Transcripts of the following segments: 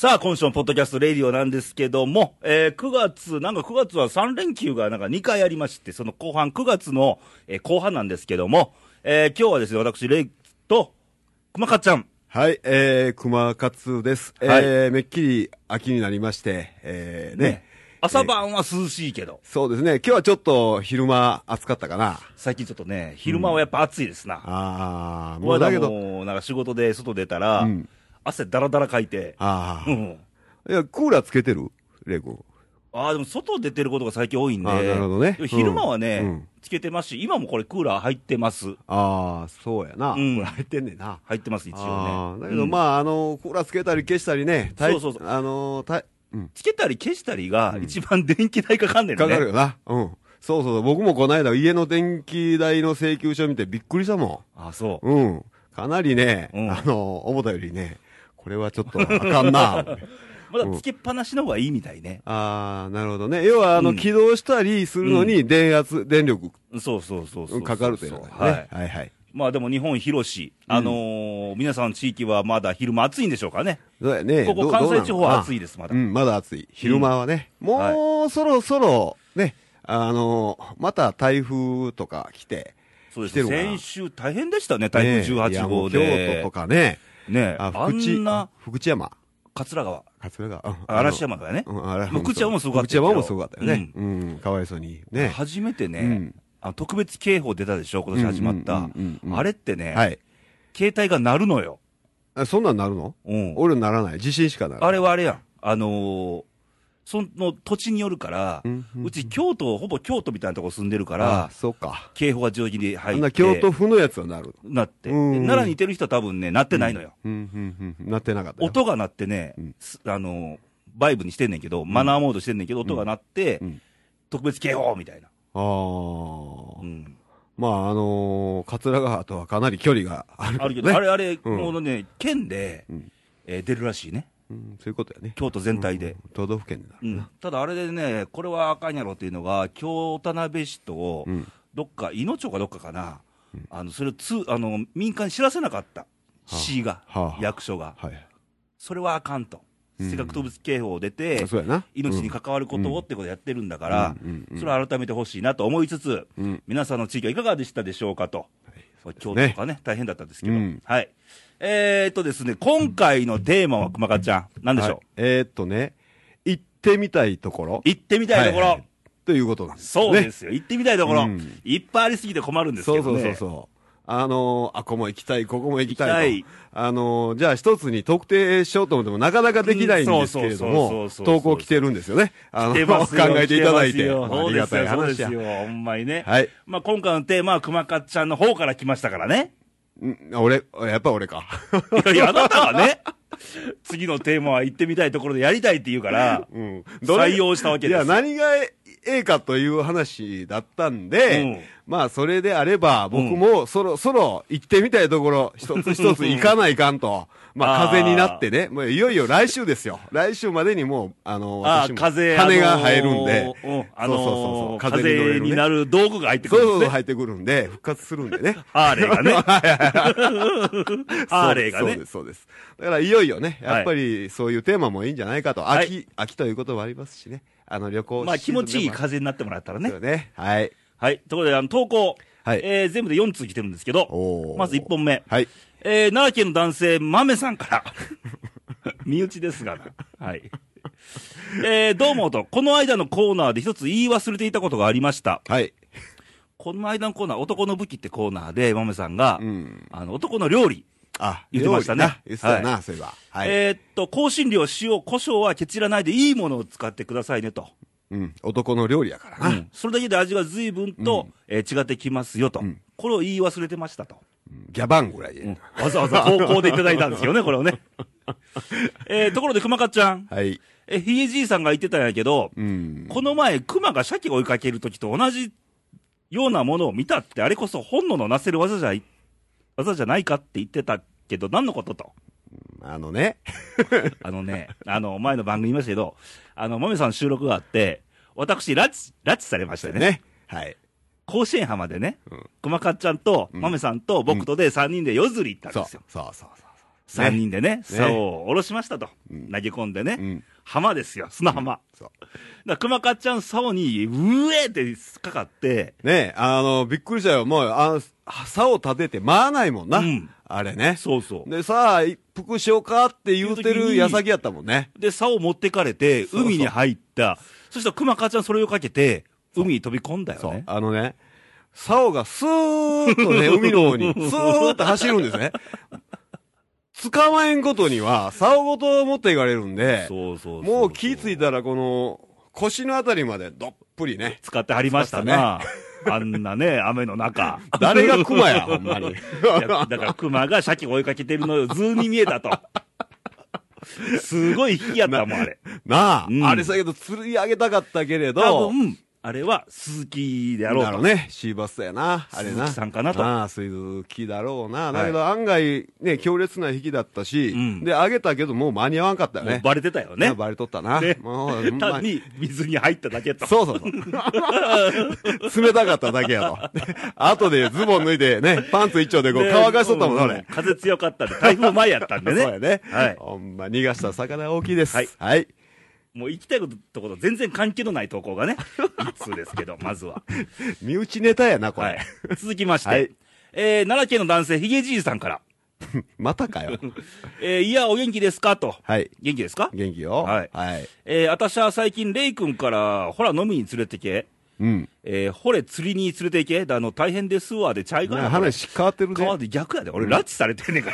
さあ、今週のポッドキャストレディオなんですけども、9月は3連休が2回ありまして、その後半、9月の、後半なんですけども、今日はですね、私、レイと、熊かっちゃん。 はい、熊勝です。 はいめっきり秋になりまして、ね。 朝晩は涼しいけど、 そうですね、今日はちょっと昼間暑かったかな。 最近ちょっとね、昼間はやっぱ暑いですな。 ああ、 もうだけど。 ど、仕事で外出たら、汗だらだらかいて。 ああ、 うん。 いや、クーラーつけてるレイ君。 ああ、でも外出てることが最近多いんで。 なるほどね。 昼間はね、つけてますし、今もこれクーラー入ってます。 ああ、そうやな。 うん、 これ入ってんねんな。 入ってます、一応ね。 だけど、まあ、クーラーつけたり消したりね。 そう。 うん、 つけたり消したりが一番電気代かかんねんね。 かかるよな。うん。そうそう。僕もこの間家の電気代の請求書見てびっくりしたもん。あ、そう。 うん。かなりね、思ったよりね、これはちょっとあかんな。 まだつけっぱなしの方がいいみたいね。 ああ、なるほどね。要は、起動したりするのに電力。 そうかかるというのがね。はいはい。 まあでも日本広し、皆さん地域はまだ昼間暑いんでしょうかね。 そうやね。 ここ関西地方は暑いです、まだ。 まだ暑い。昼間はね。もうそろそろ、ね、また台風とか来て。 そうですね。先週大変でしたね、台風18号で。 京都とかね。 ね、 福知山。 桂川。 嵐山がね。 福知山もすごかった。福知山もすごかったよね。かわいそうに。ね。 初めてね、特別警報出たでしょ、今年始まった。あれってね、携帯が鳴るのよ。 そんなんなるの？俺ならない。地震しかならない。 あれはあれやん。その土地によるから、うちほぼ京都みたいなとこ住んでるから、 そうか。 警報が上手に入って。 京都府のやつはなる。 なって。奈良にいてる人は多分ね、なってないのよ。 なってなかった。 音が鳴ってね、バイブにしてんねんけど、マナーモードしてんねんけど、音が鳴って、特別警報みたいな。 まあ、桂川とはかなり距離があるけど、あれ、もうね、県で、出るらしいね。 そういうことやね。 京都全体で。 都道府県でなる。 ただあれでね、これはあかんやろっていうのが、京田辺市と、どっか、伊野町かどっかかな、それを民間に知らせなかった。市が、役所が。それはあかんと。せっかく特別警報出て、命に関わることをってことをやってるんだから、それは改めてほしいなと思いつつ、皆さんの地域はいかがでしたでしょうかと。京都とかね、大変だったんですけど。はい。ですね、今回のテーマは熊かっちゃん、何でしょう？ 行ってみたいところ。 行ってみたいところ。 ということなんですね。そうですよ。行ってみたいところ。いっぱいありすぎて困るんですけどね。 そう。ここも行きたい、ここも行きたいと。じゃあ一つに特定しようと思ってもなかなかできないんですけれども、投稿来てるんですよね。考えていただいて。ありがたい話や。 そうですよ、ほんまにね。 はい。 まあ今回のテーマは熊かっちゃんの方から来ましたからね。 やっぱ俺か。 いや、あなたはね、次のテーマは行ってみたいところでやりたいって言うから、採用したわけですよ。 いや、何がええかという話だったんで、まあ、それであれば、僕もそろそろ行ってみたいところ、一つ一つ行かないかんと。まあ、風になってね、もういよいよ来週ですよ。来週までにもう、私も羽が生えるんで、そう、 風になる道具が入ってくるんですね。 そう、入ってくるんで、復活するんでね。 ハーレーがね。ハーレーがね。 そうです。だからいよいよね、やっぱりそういうテーマもいいんじゃないかと。秋ということもありますしね。旅行まあ気持ちいい風になってもらったらね。 そうね。はい。 はい。ところで、投稿。全部で4通来てるんですけど、まず1本目。 はい。 奈良県の男性、豆さんから。身内ですがな。はい。どうもと、この間のコーナーで一つ言い忘れていたことがありました。 はい。 この間のコーナー、男の武器ってコーナーで、豆さんが、男の料理。言ってましたね。 言ってたな、そういえば。 香辛料、塩、胡椒はケチらないでいいものを使ってくださいねと。 男の料理やからな。 それだけで味が随分と違ってきますよと。これを言い忘れてましたと。 ギャバンぐらいで。 わざわざ投稿でいただいたんですよね、これをね。ところで熊かっちゃん。 はい。 ひいじいさんが言ってたんやけど、この前、熊が鮭を追いかけるときと同じようなものを見たって、あれこそ本能のなせる技じゃないかって言ってたけど、何のことと。 前の番組言いましたけど、豆さん収録があって、私、拉致されましたね。 はい。 甲子園浜でね、熊かっちゃんと豆さんと僕とで3人で夜釣り行ったんですよ。 3人でね、竿を下ろしましたと。投げ込んでね。浜ですよ、砂浜。そう。だから熊かっちゃん竿に、うえってかかって。 ねびっくりしたよ。もう、竿立てて回らないもんな。あれね。 そうそう。 で、さあ、一服しようかって言うてる矢先やったもんね。 で、竿持ってかれて、海に入った。そしたら熊かっちゃんそれをかけて、海に飛び込んだよね。 そう。竿がスーッとね、海の方に、スーッと走るんですね。捕まえんことには、竿ごと持っていかれるんで、もう気ついたらこの、腰のあたりまでどっぷりね。 使ってはりましたな。あんなね、雨の中。 誰が熊や、ほんまに。 だから熊が鮭追いかけてるのを図に見えたと。すごい引きやったもん、あれ。 なあ、あれさけど釣り上げたかったけれど。 多分、あれは鈴木であろうと。 なるね。シーバスやな。あれな。 鈴木さんかなと。 ああ、鈴木だろうな。だけど案外ね、強烈な引きだったし、で、上げたけどもう間に合わんかったよね。 バレてたよね。 バレとったな。 もう、単に水に入っただけと。 そう。冷たかっただけやと。後でズボン脱いでね、パンツ一丁でこう乾かしとったもんな、俺。 風強かったんで、台風前やったんでね。 そうやね。 はい。 ほんま、逃がした魚大きいです。はい。 もう行きたいところ全然関係のない投稿がね、一通ですけど、まずは。 身内ネタやな、これ。 続きまして、奈良県の男性、ひげじいさんから。 またかよ。 いや、お元気ですかと。 はい。 元気ですか？ 元気よ。 はい。私は最近、レイ君から、ほら、飲みに連れてけ。ほれ、釣りに連れて行け。大変ですわ、で、チャイガー。 話変わってるね。 変わって逆やで。俺、拉致されてんねんから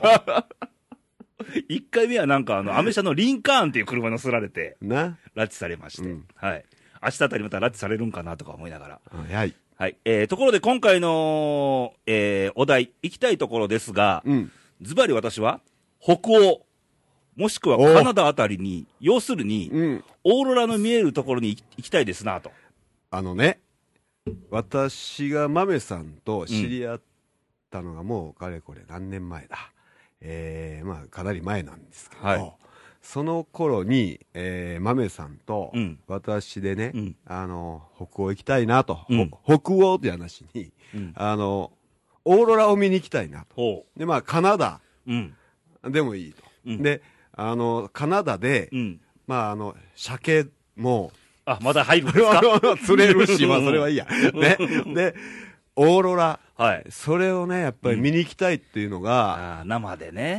。1回目はなんかアメ車のリンカーンっていう車に乗せられて、拉致されまして、はい。明日あたりまた拉致されるんかなとか思いながら。 はい。 はい。ところで今回の、お題、行きたいところですが、ズバリ私は、北欧、もしくはカナダあたりに、要するに、オーロラの見えるところに行きたいですなと。 私が豆さんと知り合ったのがもうかれこれ何年前だ。まあ、かなり前なんですけど、その頃に、豆さんと私でね、北欧行きたいなと、北欧って話に、オーロラを見に行きたいなと。で、まあ、カナダでもいいと。で、カナダで、まあ、鮭も、 まだ入るんですか？ 釣れるし、まあ、それはいいや。ね。で、オーロラ。それをね、やっぱり見に行きたいっていうのが。 生でね。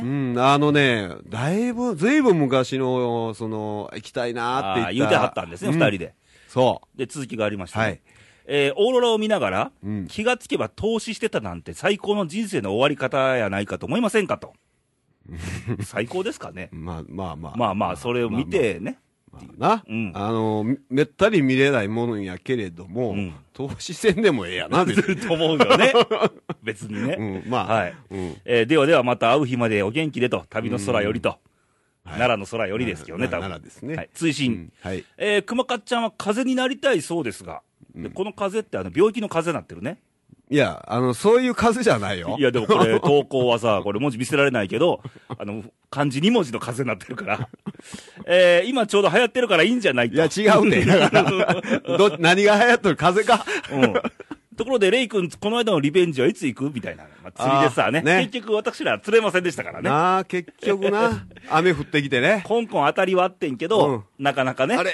ずいぶん昔の、行きたいなって言うてはったんですね、二人で。 そう。 で、続きがありましたね。オーロラを見ながら、気がつけば投資してたなんて最高の人生の終わり方やないかと思いませんかと。最高ですかね。 まあ、それを見てね。 めったり見れないものやけれども、投資戦でもええやな、 と思うよね。別にね。ではまた会う日までお元気でと、旅の空よりと。奈良の空よりですけどね、多分。 奈良ですね。 追伸。熊かっちゃんは風になりたいそうですが、この風って病気の風になってるね。 いや、そういう風じゃないよ。 いや、でもこれ、投稿はさ、これ文字見せられないけど、漢字2文字の風になってるから。今ちょうど流行ってるからいいんじゃないと。 いや、違うね。だから、何が流行ってる風か。 ところで、レイ君、この間のリベンジはいつ行くみたいな。釣りでさね。結局、私ら釣れませんでしたからね。 結局な。雨降ってきてね。 コンコン当たりはあってんけど、なかなかね。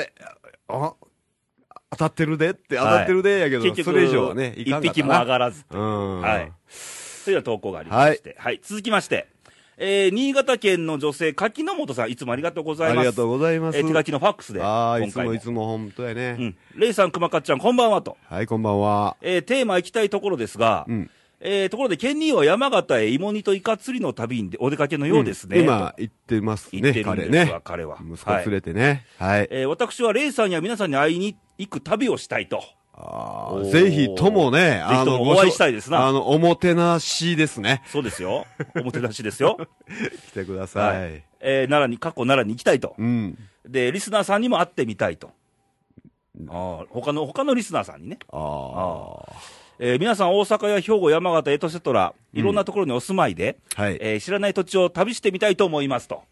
当たってるでやけど、それ以上はね、 一匹も上がらず。はい。それでは投稿がありまして。はい。続きまして。新潟県の女性、柿の本さん、いつもありがとうございます。 ありがとうございます。 手書きのファックスで。 いつも本当やね。 レイさん、熊かっちゃん、こんばんはと。 はい、こんばんは。 テーマ行きたいところですが、ところで、ケンニーは山形へ芋煮とイカ釣りの旅にお出かけのようですね。 今、行ってますね、彼ね。 彼は。 息子連れてね。はい。 私はレイさんや皆さんに会いに行く旅をしたいと。 ぜひともね、 お会いしたいですな。 おもてなしですね。 そうですよ。おもてなしですよ。 来てください。 過去奈良に行きたいと。で、リスナーさんにも会ってみたいと。他のリスナーさんにね。皆さん、大阪や兵庫、山形、エトセトラ、いろんなところにお住まいで、知らない土地を旅してみたいと思いますと。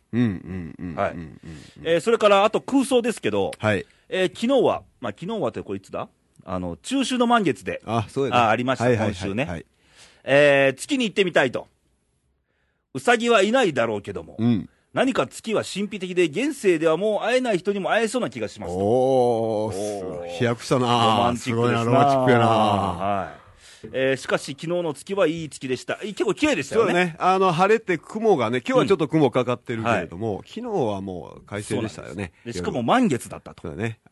それから、あと空想ですけど、昨日はってこれいつだ？中秋の満月で、ありました、今週ね。月に行ってみたいと。 うさぎはいないだろうけども、 うん。 何か月は神秘的で、現世ではもう会えない人にも会えそうな気がしますと。 おー、飛躍したな。 ロマンチックですな。 すごいな、ロマンチックやな。 はい。しかし、昨日の月はいい月でした。結構綺麗でしたよね。 そうね。晴れて雲がね、今日はちょっと雲かかってるけれども、昨日はもう快晴でしたよね。 でしかも満月だったと。 そうだね。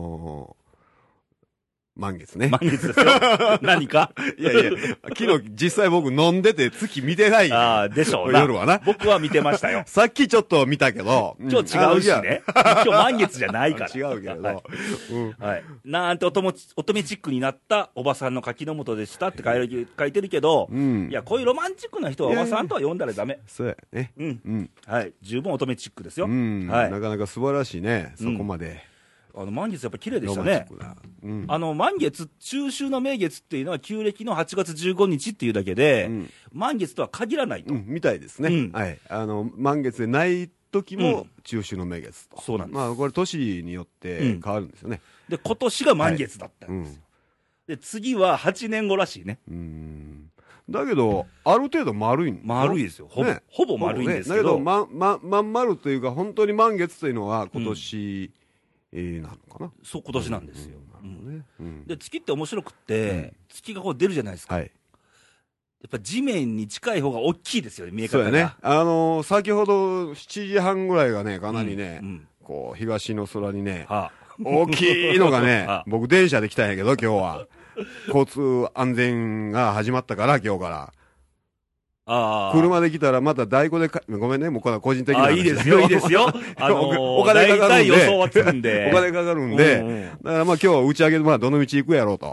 満月ね。 満月ですよ。何かいやいや、昨日実際僕飲んでて月見てない。 ああ、でしょうな。 夜はな。 僕は見てましたよ。 さっきちょっと見たけど。 今日違うしね。今日満月じゃないから。 違うけど。はい。 なんて乙女チックになったおばさんの柿の本でしたって書いてるけど、いや、こういうロマンチックな人はおばさんとは呼んだらダメ。 そうやね。 はい。十分乙女チックですよ。はい。 なかなか素晴らしいね。そこまで。 満月やっぱ綺麗でしたね。満月、中秋の名月っていうのは旧暦の8月15日っていうだけで、満月とは限らないと。 みたいですね。はい。満月でない時も中秋の名月と。 そうなんです。 まあこれ年によって変わるんですよね。 で、今年が満月だったんですよ。で、次は8年後らしいね。 だけど、ある程度丸いん丸いですよ。ほぼ丸いんですけど。 だけど、まん丸というか、本当に満月というのは今年、なのかな。 そう、今年なんですよ。で、月って面白くって、月がこう出るじゃないですか。やっぱ地面に近い方が大きいですよね、見え方が。 そうやね。先ほど7時半ぐらいがね、かなりね、こう、東の空にね、大きいのがね、僕電車で来たんやけど、今日は。交通安全が始まったから、今日から。車で来たらまた代行でごめんね、もうこれは個人的な。 いいですよ、いいですよ。 お金かかるんで。 予想はつくんで。 お金かかるんで。だからまあ今日は打ち上げでまあどの道行くやろうと。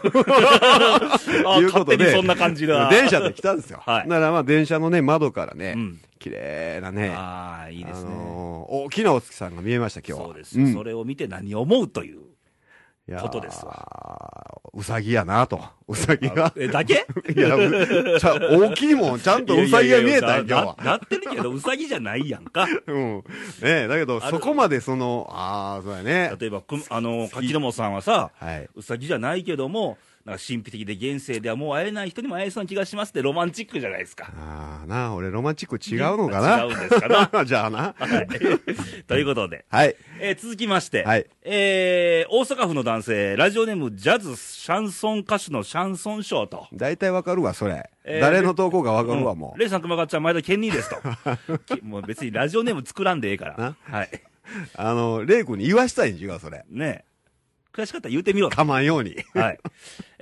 いうことで。そんな感じだ。 電車で来たんですよ。だからまあ電車のね、窓からね、綺麗なね。 いいですね。 大きなお月さんが見えました、今日は。 そうです。それを見て何を思うという。ことですわ。 うさぎやなと。うさぎが。 だけいや、大きいもん。ちゃんとうさぎが見えたよ、今日は。 なってるけど、うさぎじゃないやんか。 ねだけど、そこまでそうやね。 例えば、柿の本さんはさ、うさぎじゃないけども、なんか神秘的で現世ではもう会えない人にも会えそうな気がしますってロマンチックじゃないですか。 俺ロマンチック違うのかな。 違うんですかな。 じゃあな。 ということで。続きまして。大阪府の男性、ラジオネームジャズシャンソン歌手のシャンソンショーと。 大体わかるわ、それ。誰の投稿かわかるわ、もう。 レイさん、熊川ちゃん、前田健二ですと。もう別にラジオネーム作らんでええから。はい。 レイ君に言わしたいん違う、それ。 ねえ。悔しかったら言うてみろと。 かまんように。 はい。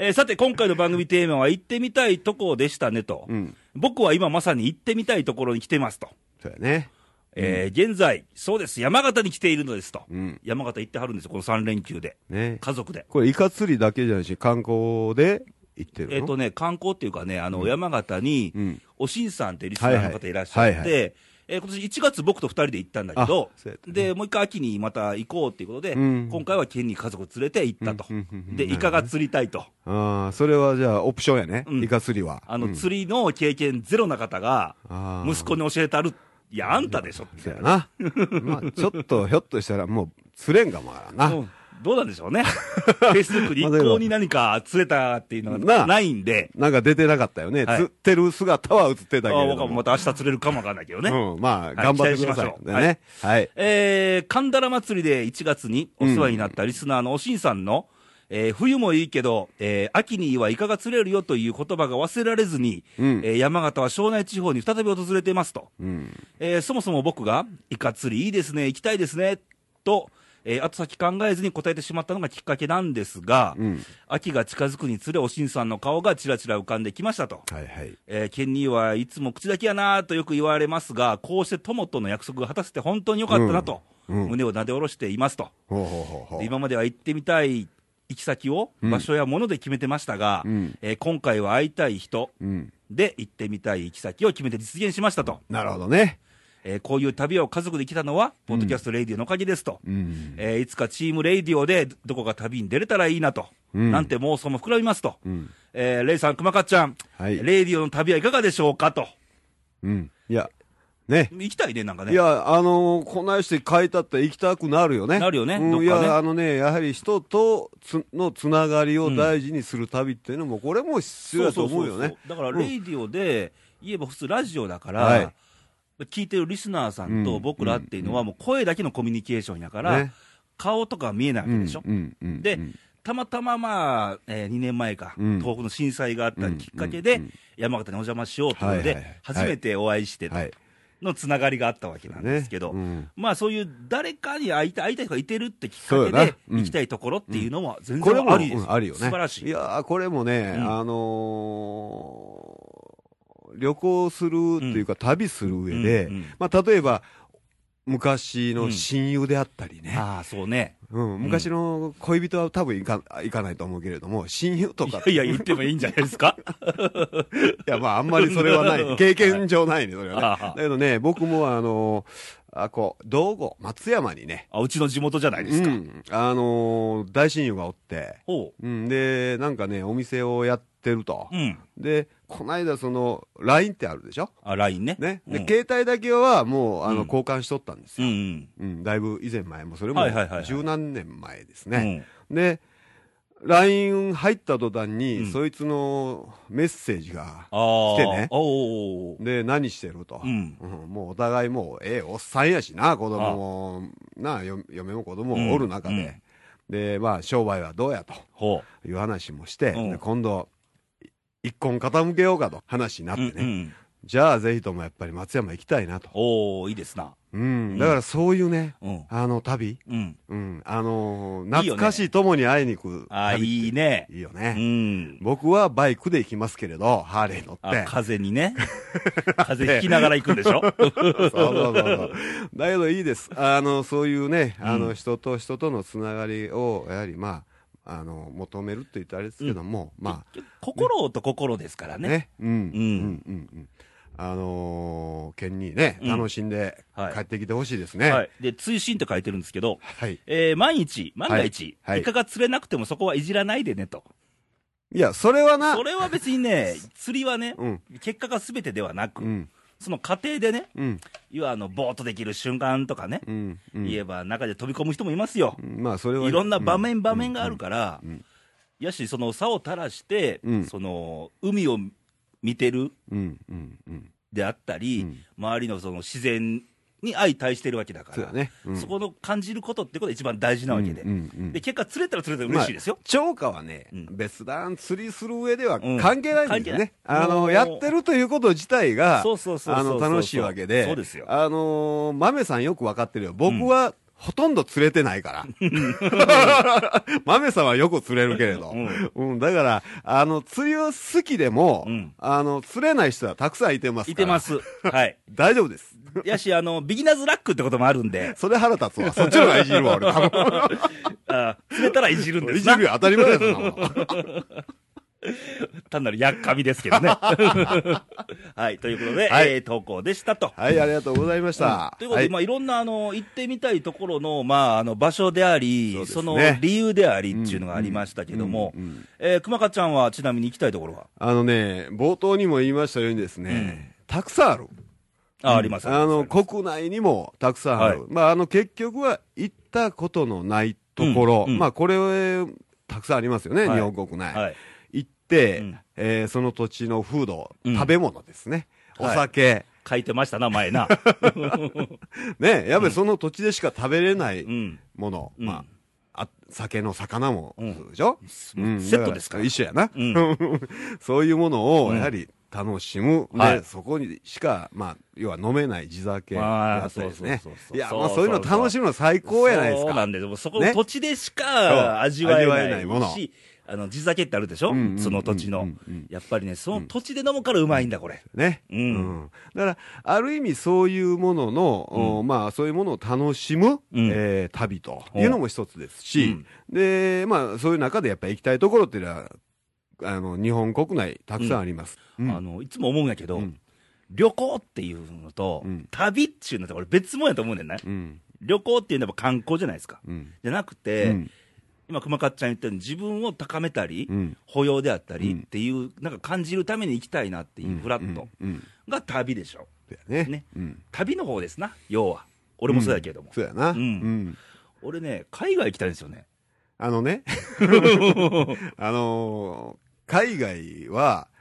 さて、今回の番組テーマは行ってみたいとこでしたねと。僕は今まさに行ってみたいところに来てますと。 そうやね。 現在、そうです、山形に来ているのですと。山形行ってはるんですよ、この3連休で。家族で。 これ、イカ釣りだけじゃないし、観光で行ってるの？ 観光っていうかね、山形に、おしんさんってリスナーの方いらっしゃって、今年1月僕と2人で行ったんだけど、で、もう一回秋にまた行こうっていうことで、今回は県に家族連れて行ったと。で、イカが釣りたいと。 それはじゃあオプションやね。イカ釣りは。 釣りの経験ゼロな方が、息子に教えてある。いや、あんたでしょ。 そうやな。まあ、ちょっと、ひょっとしたらもう釣れんがまらな。 どうなんでしょうね。フェイスブックに一向に何か釣れたっていうのがないんで。 なんか出てなかったよね。釣ってる姿は映ってたけど。 僕はまた明日釣れるかもわかんないけどね。 まあ、頑張ってください。ね。はい。 神田良祭りで1月にお世話になったリスナーのおしんさんの、冬もいいけど、秋にはイカが釣れるよという言葉が忘れられずに、山形は庄内地方に再び訪れていますと。そもそも僕が、イカ釣りいいですね、行きたいですね、と、後先考えずに答えてしまったのがきっかけなんですが、秋が近づくにつれ、おしんさんの顔がちらちら浮かんできましたと。ケンニーはいつも口だけやなとよく言われますが、こうして友との約束が果たせて本当によかったなと、胸をなで下ろしていますと。今までは行ってみたい行き先を場所や物で決めてましたが、今回は会いたい人で行ってみたい行き先を決めて実現しましたと。 なるほどね。 こういう旅を家族で来たのは、ポッドキャストレイディオのおかげですと。いつかチームレイディオでどこか旅に出れたらいいなと。なんて妄想も膨らみますと。レイさん、熊かちゃん、レイディオの旅はいかがでしょうかと。 いや、ね。 行きたいね、なんかね。 いや、こんなして書いてあったら行きたくなるよね。 なるよね。 いや、やはり人とのつながりを大事にする旅っていうのも、これも必要だと思うよね。 だから、レイディオで、 言えば普通ラジオだから、聞いてるリスナーさんと僕らっていうのはもう声だけのコミュニケーションやから、顔とか見えないわけでしょ。で、たまたま2年前か、東北の震災があったきっかけで、山形にお邪魔しようというので、初めてお会いしてのつながりがあったわけなんですけど、まあそういう誰かに会いたい人がいてるってきっかけで行きたいところっていうのは全然ありです。 あるよね。 素晴らしい。 いやこれもね、旅行するっていうか旅する上で、まあ例えば昔の親友であったりね。 ああ、そうね。 昔の恋人は多分行かないと思うけれども、親友とか。 いや、言ってもいいんじゃないですか。 いや、まあ、あんまりそれはない。経験上ないね、それはね。だけどね、僕も道後、松山にね。 うちの地元じゃないですか。 大親友がおって。で、なんかね、お店をやってると。で、この間LINE ってあるでしょ。 LINE ね。 で、携帯だけはもう、交換しとったんですよ。だいぶ以前前も、それも十何年前ですね。で、LINE 入った途端に、そいつのメッセージが来てね。で、何してると。もうお互いもう、おっさんやしな、子供も、嫁も子供もおる中で。で、まあ、商売はどうやという話もして、今度、一本傾けようかと話になってね。じゃあ、ぜひともやっぱり松山行きたいなと。 いいですな。 だからそういうね、旅。懐かしい友に会いに行く旅。 いいね。 いいよね。僕はバイクで行きますけれど、ハーレー乗って。 風にね。風吹きながら行くんでしょ。 そう。だけどいいです。そういうね、人と人とのつながりを、やはりまあ、求めるって言ったらあれですけども、まあ。 心と心ですからね。 県にね、楽しんで帰ってきてほしいですね。 で、追伸って書いてるんですけど、万が一、イカが釣れなくてもそこはいじらないでねと。 いや、それは別にね、釣りはね、結果が全てではなく、その過程でね、要はボーっとできる瞬間とかね、言えば中で飛び込む人もいますよ。 まあそれはいろんな場面があるから、やし、その竿を垂らして、海を見てるであったり、周りのその自然に相対してるわけだから、そこの感じることってことが一番大事なわけで、で結果釣れたら釣れたら嬉しいですよ。 釣果はね、別段釣りする上では関係ないんですよね。やってるということ自体が楽しいわけで、豆さんよく分かってるよ。僕はほとんど釣れてないから。豆さんはよく釣れるけれど。だから、釣りを好きでも、釣れない人はたくさんいてますから。 いてます。はい。 大丈夫です。 やし、ビギナーズラックってこともあるんで。 それ腹立つわ。そっちの方がいじるわ、俺。 釣れたらいじるんですな。 いじるよ、当たり前ですな。 単なるやっかみですけどね。はい、ということで、投稿でしたと。 はい、ありがとうございました。 ということで、いろんな、行ってみたいところの、場所であり、その理由でありっていうのがありましたけども、熊川ちゃんはちなみに行きたいところは冒頭にも言いましたようにですね、たくさんある。 あります。 国内にもたくさんある。結局は行ったことのないところ、これ、たくさんありますよね、日本国内。行って、その土地の風土、食べ物ですね。お酒。 書いてましたな、前な。 ね、やっぱりその土地でしか食べれないもの。酒の魚も、でしょセットですか一緒やな。そういうものを、やはり、楽しむ。で、そこにしか、要は飲めない地酒だったりですね。いや、そういうの楽しむの最高やないですか。 そうなんです。そこの土地でしか味わえないもの。地酒ってあるでしょその土地の。やっぱりね、その土地で飲むからうまいんだ、これ。 ね。だから、ある意味そういうものの、そういうものを楽しむ旅というのも一つですし、で、そういう中でやっぱり行きたいところっていうのは、日本国内たくさんあります。 いつも思うんやけど、旅行っていうのと、旅っていうのとこれ別物やと思うねんね。旅行っていうのは観光じゃないですか。じゃなくて、今熊かっちゃん言ったように自分を高めたり、保養であったりっていう、なんか感じるために行きたいなっていうフラットが旅でしょ。ね。旅の方ですな、要は。俺もそうやけども。 そうやな。 俺ね、海外行きたいんですよね。 海外は、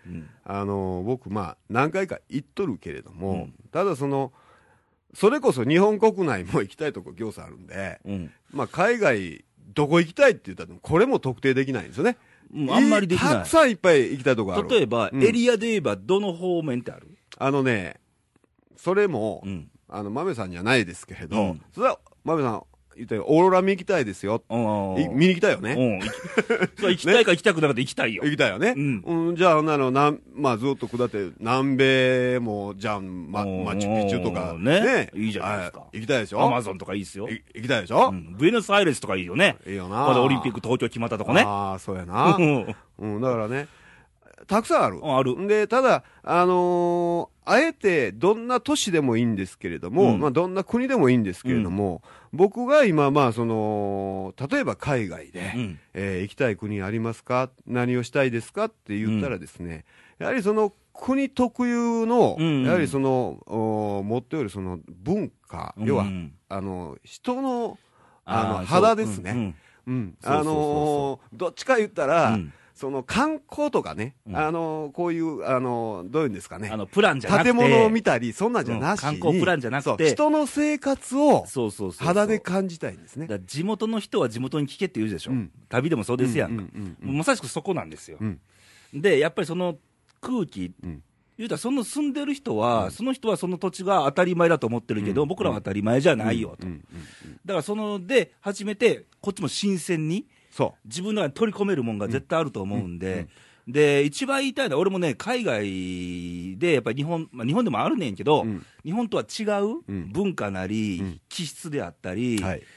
僕、何回か行っとるけれども、ただそれこそ日本国内も行きたいとこぎょうさんあるんで、海外、どこ行きたいって言ったら、これも特定できないんですよね。 あんまりできない。 たくさんいっぱい行きたいとこある。 例えば、エリアで言えば、どの方面ってある？ それも、豆さんじゃないですけれど、それは、豆さん、言ったよ、オーロラ見に行きたいですよ。見に行きたいよね。 そう、行きたいか行きたくなくて行きたいよ。 行きたいよね。じゃあ、ずっと下って、南米も、じゃあ、マチュピチュとか。 ね。いいじゃないですか。 行きたいでしょ。 アマゾンとかいいっすよ。 行きたいでしょ。 ブエノスアイレスとかいいよね。 いいよな。 まだオリンピック東京決まったとこね。 ああ、そうやな。だからね、たくさんある。 ある。 で、ただ、あえてどんな都市でもいいんですけれども、どんな国でもいいんですけれども、僕が今、例えば海外で、行きたい国ありますか、何をしたいですかって言ったらですね、やはりその国特有の、やはりもっとより文化、要は、人の、肌ですね。どっちか言ったら、観光とかね、こういう、どういうんですかね。 プランじゃなくて。 建物を見たり、そんなんじゃなしに。 観光プランじゃなくて。 人の生活を、肌で感じたいんですね。 地元の人は地元に聞けって言うでしょ。旅でもそうですやんか。まさしくそこなんですよ。で、やっぱりその空気、言うたらその住んでる人は、その人はその土地が当たり前だと思ってるけど、僕らは当たり前じゃないよと。だからで、初めて、こっちも新鮮に、自分の中に取り込めるもんが絶対あると思うんで、で、一番言いたいのは、俺もね、海外で、やっぱり日本でもあるねんけど、日本とは違う文化なり、気質であったり、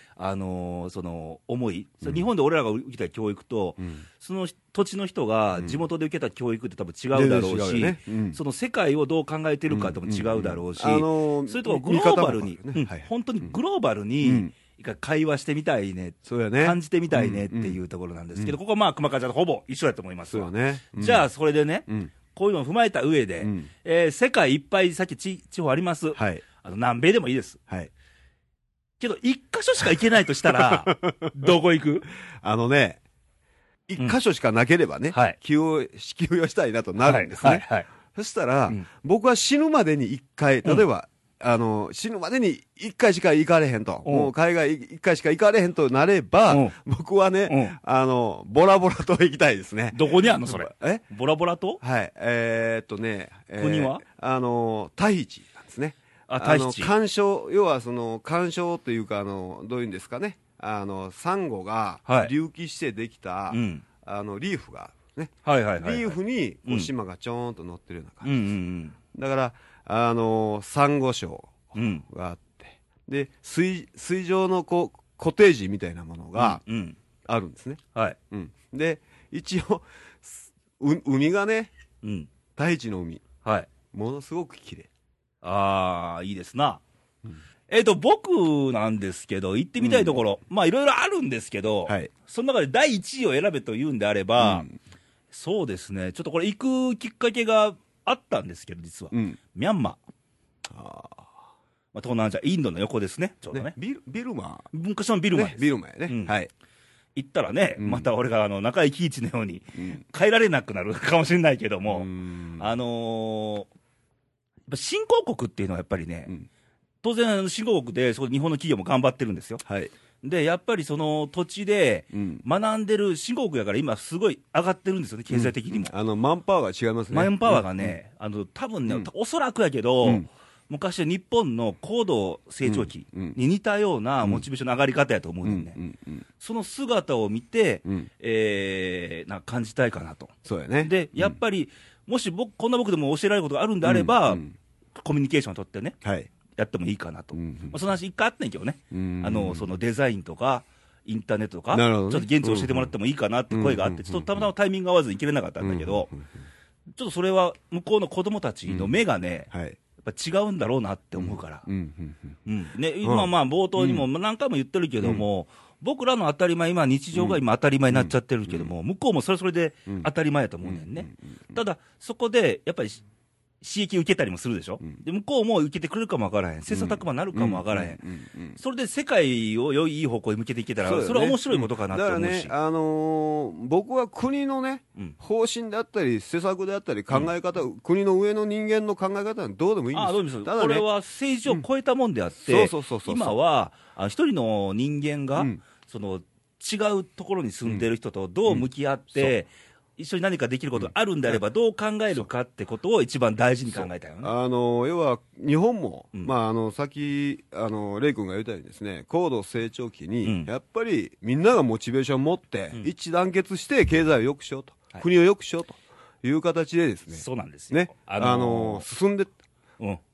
思い、日本で俺らが受けた教育と、その土地の人が地元で受けた教育って多分違うだろうし、その世界をどう考えてるかとも違うだろうし、それとグローバルに、本当にグローバルに、会話してみたいね、感じてみたいねっていうところなんですけど、ここは熊川ちゃんとほぼ一緒だと思いますわ。じゃあ、それでね、こういうのを踏まえた上で、世界いっぱい、さっき地方あります。南米でもいいです。けど、一箇所しか行けないとしたら、どこ行く？ 一箇所しかなければね、気をしたいなとなるんですね。そしたら、僕は死ぬまでに一回、例えば、死ぬまでに一回しか行かれへんと。もう海外一回しか行かれへんとなれば、僕はね、ボラボラ島行きたいですね。 どこにあんのそれ？ボラボラ島？ はい。 国はタヒチなんですね。 タヒチ。 干渉、要は干渉というか、どういうんですかね。サンゴが隆起してできた、リーフがね。リーフに、島がちょーんと乗ってるような感じです。だから、サンゴ礁があって、で、水上の固定時みたいなものがあるんですね。で、一応、海がね、大地の海、ものすごく綺麗。 いいですな。僕なんですけど、行ってみたいところ、いろいろあるんですけど、その中で第1位を選べと言うんであれば、そうですね、ちょっとこれ行くきっかけがあったんですけど、実は。ミャンマー。東南アジア、インドの横ですね、ちょうどね。 ビルマ昔のビルマです。 ビルマやね。 行ったらね、また俺が中井貴一のように、帰られなくなるかもしれないけども、新興国っていうのはやっぱりね、当然新興国でそこ日本の企業も頑張ってるんですよ。で、やっぱりその土地で学んでる新興国やから今すごい上がってるんですよね、経済的にも。 マンパワーが違いますね。 マンパワーがね、多分ね、おそらくやけど、昔は日本の高度成長期に似たようなモチベーションの上がり方やと思うんだよね。その姿を見て、感じたいかなと。 そうやね。 で、やっぱり、もしこんな僕でも教えられることがあるんであれば、コミュニケーションを取ってね、やってもいいかなと。その話一回あったんやけどね、そのデザインとか、インターネットとか、ちょっと現地教えてもらってもいいかなって声があって、ちょっとたまたまタイミング合わずに行けれなかったんだけど、ちょっとそれは向こうの子供たちの目がね、やっぱ違うんだろうなって思うから。今冒頭にも何回も言ってるけども、僕らの当たり前、今日常が今当たり前になっちゃってるけども、向こうもそれで当たり前やと思うねんね。ただ、そこで、やっぱり、 刺激受けたりもするでしょ、で向こうも受けてくれるかもわからへん、切磋琢磨になるかもわからへん、それで世界を良い方向に向けていけたら、それは面白いことかなと思うし、 だからね、僕は国のね、方針であったり、施策であったり、考え方、国の上の人間の考え方はどうでもいいんですよ。 どうでもいいです。ただね、これは政治を超えたもんであって、今は一人の人間が、その違うところに住んでる人とどう向き合って、一緒に何かできることがあるんであれば、どう考えるかってことを一番大事に考えたよね。 要は日本も、さっきレイ君が言ったようにですね、高度成長期に、やっぱりみんながモチベーションを持って、一致団結して経済を良くしようと、国を良くしようという形でですね、 そうなんですよね、 進んでった、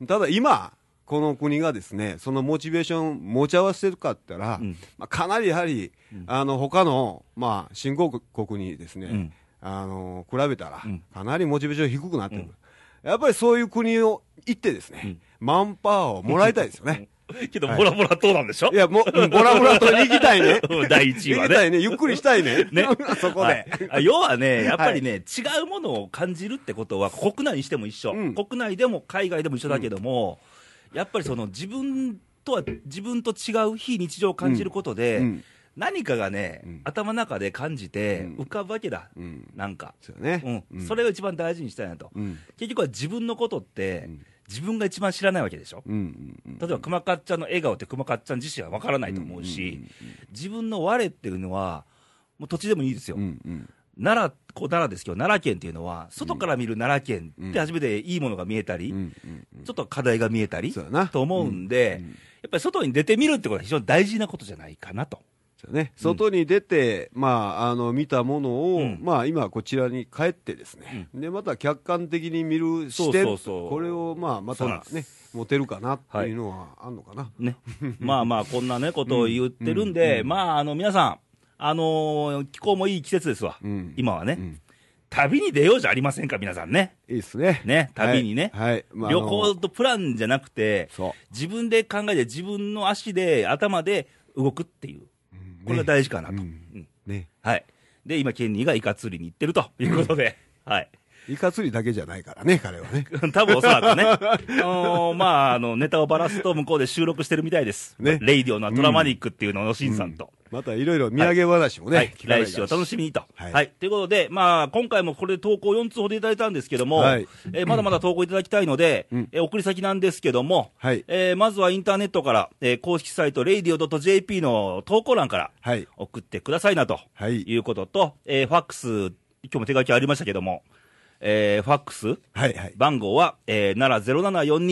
ただ今、この国がですね、そのモチベーションを持ち合わせてるかって言ったら、かなりやはり、他の、新興国にですね、比べたら、かなりモチベーション低くなってる。やっぱりそういう国を行ってですね、マンパワーをもらいたいですよね。 けど、ボラボラ党なんでしょ？ いや、ボラボラ党に行きたいね。 第一位はね。 行きたいね。ゆっくりしたいね。 ね。 そこで。 要はね、やっぱりね、違うものを感じるってことは、国内にしても一緒。国内でも海外でも一緒だけども、やっぱりその自分と違う非日常を感じることで、何かがね、頭の中で感じて浮かぶわけだ、なんか、それを一番大事にしたいなと、結局は自分のことって、自分が一番知らないわけでしょ、例えば熊かっちゃんの笑顔って熊かっちゃん自身は分からないと思うし、自分の我っていうのは、もう土地でもいいですよ、奈良ですけど、奈良県っていうのは、外から見る奈良県って初めていいものが見えたり、ちょっと課題が見えたりと思うんで、やっぱり外に出てみるってことは非常に大事なことじゃないかなと。 外に出て、見たものを、今こちらに帰ってですね、でまた客観的に見る視点、これをまたね持てるかなっていうのはあるのかな。 ね、こんなねことを言ってるんで、皆さん気候もいい季節ですわ、今はね。旅に出ようじゃありませんか、皆さんね。 いいですね。 旅にね。旅行とプランじゃなくて、自分で考えて、自分の足で、頭で動くっていう。これが大事かなと。はい。で、今、ケンニーがイカ釣りに行ってるということで、はい。 イカ釣りだけじゃないからね、彼はね。 多分おそらくね。ネタをばらすと向こうで収録してるみたいです。レイディオのドラマニックっていうのを、シンさんと。 またいろいろ土産話もね、 来週を楽しみにと。はい。ということで、今回もこれで投稿4通ほどいただいたんですけども、まだまだ投稿いただきたいので、送り先なんですけども、まずはインターネットから、公式サイト radio.jp の投稿欄から送ってくださいなということと、ファックス、今日も手書きありましたけども、ファックス、番号は、奈良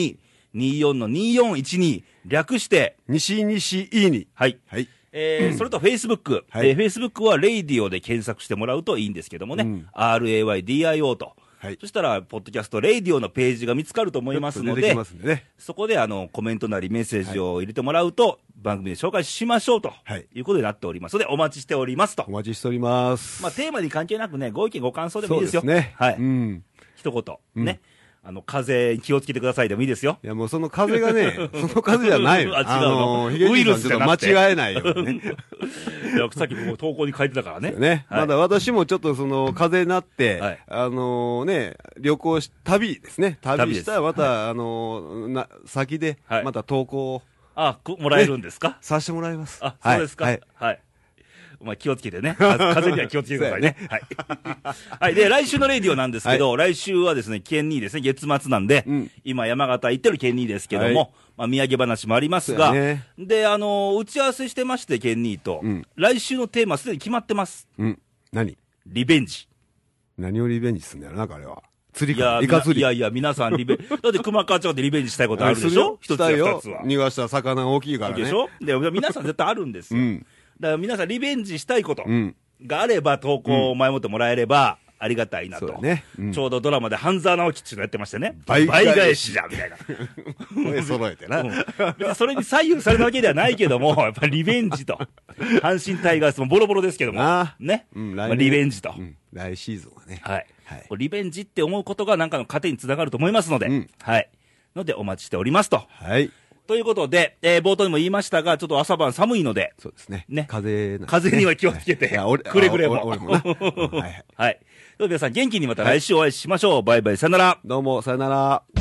0742-24-2412、略して、 西いいに。 はい。それとフェイスブック。フェイスブックはレイディオで検索してもらうといいんですけどもね。RAYDIO と。そしたら、ポッドキャスト、レイディオのページが見つかると思いますので、そこでコメントなりメッセージを入れてもらうと、番組で紹介しましょうということになっておりますので、お待ちしておりますと。 お待ちしております。 テーマに関係なくね、ご意見ご感想でもいいですよ。はい。一言。ね。風邪に気をつけてくださいでもいいですよ。 いや、もうその風がね、その風じゃないよ。 ウイルスじゃなくて。 間違えないよね。 さっき僕投稿に書いてたからね。 まだ私もちょっとその風邪になって、旅行旅ですね。旅したらまた、先で、また投稿を。 もらえるんですか？ させてもらいます。 そうですか。はい。お前気をつけてね。風邪には気をつけてくださいね。はい。で、来週のレイディオなんですけど、来週はですね、ケンニーですね、月末なんで、今山形行ってるケンニーですけども、土産話もありますが、で、打ち合わせしてまして、ケンニーと、来週のテーマすでに決まってます。 何？ リベンジ。 何をリベンジすんだよな、彼は。釣りか、イカ釣り。 いや、皆さんリベンジ。だって熊川町でリベンジしたいことあるでしょ？一つや二つは。 逃がした魚大きいからね。 でしょ？で、皆さん絶対あるんですよ。だから皆さんリベンジしたいことがあれば投稿を前もってもらえればありがたいなと。ちょうどドラマで半沢直樹っていうのやってましてね。倍返しじゃんみたいな。 声揃えてな。 別にそれに左右されるわけではないけども、やっぱりリベンジと。阪神タイガースもボロボロですけども。ね。リベンジと。 来シーズンはね。 はい。リベンジって思うことが何かの糧につながると思いますので。はい。のでお待ちしておりますと。 はい。 ということで、冒頭にも言いましたが、ちょっと朝晩寒いので。 そうですね。 ね。 風には気をつけて。くれぐれも。 俺もな。はい。 はい。では皆さん元気にまた来週お会いしましょう。バイバイ、さよなら。 どうも、さよなら。